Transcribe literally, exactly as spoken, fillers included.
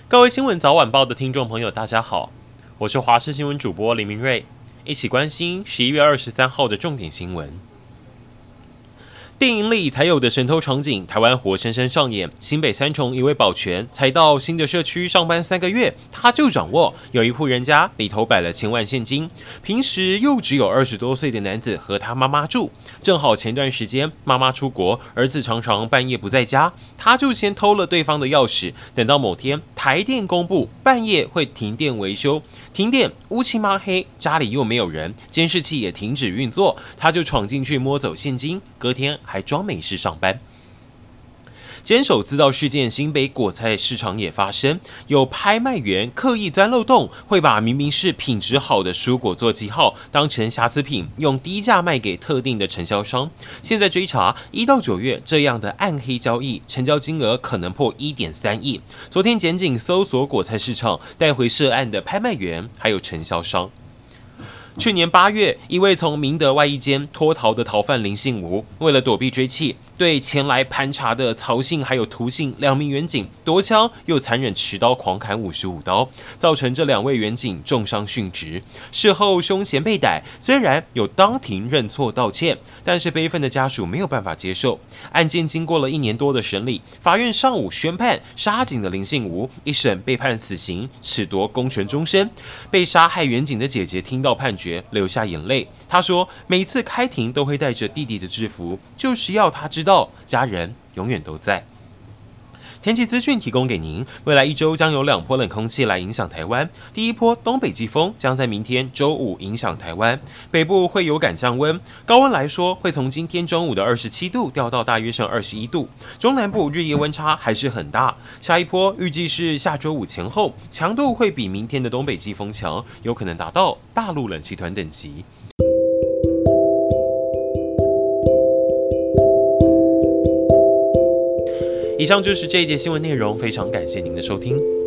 各位新闻早晚报的听众朋友，大家好，我是华视新闻主播林明瑞，一起关心十一月二十三号的重点新闻。电影里才有的神偷场景，台湾活生生上演。新北三重一位保全才到新的社区上班三个月，他就掌握有一户人家里头摆了千万现金，平时又只有二十多岁的男子和他妈妈住。正好前段时间妈妈出国，儿子常常半夜不在家，他就先偷了对方的钥匙。等到某天台电公布半夜会停电维修，停电乌漆嘛黑，家里又没有人，监视器也停止运作，他就闯进去摸走现金，隔天还装没事上班。监守自盗事件，新北果菜市场也发生，有拍卖员刻意钻漏洞，会把明明是品质好的蔬果做记号，当成瑕疵品，用低价卖给特定的承销商。现在追查一到九月这样的暗黑交易，成交金额可能破 一点三亿。昨天检警搜索果菜市场，带回涉案的拍卖员还有承销商。去年八月，一位从明德外衣间脱逃的逃犯林信吴，为了躲避追缉，对前来盘查的曹姓还有涂姓两名员警夺枪，又残忍持刀狂砍五十五刀，造成这两位员警重伤殉职。事后凶嫌被逮，虽然有当庭认错道歉，但是悲愤的家属没有办法接受。案件经过了一年多的审理，法院上午宣判杀警的林信吴一审被判死刑，褫夺公权终身。被杀害员警的姐姐听到判决，流下眼泪。他说，每次开庭都会带着弟弟的制服，就是要他知道家人永远都在。天气资讯提供给您，未来一周将有两波冷空气来影响台湾。第一波东北季风将在明天周五影响台湾，北部会有感降温，高温来说会从今天中午的二十七度掉到大约剩二十一度，中南部日夜温差还是很大。下一波预计是下周五前后，强度会比明天的东北季风强，有可能达到大陆冷气团等级。以上就是这一节新闻内容，非常感谢您的收听。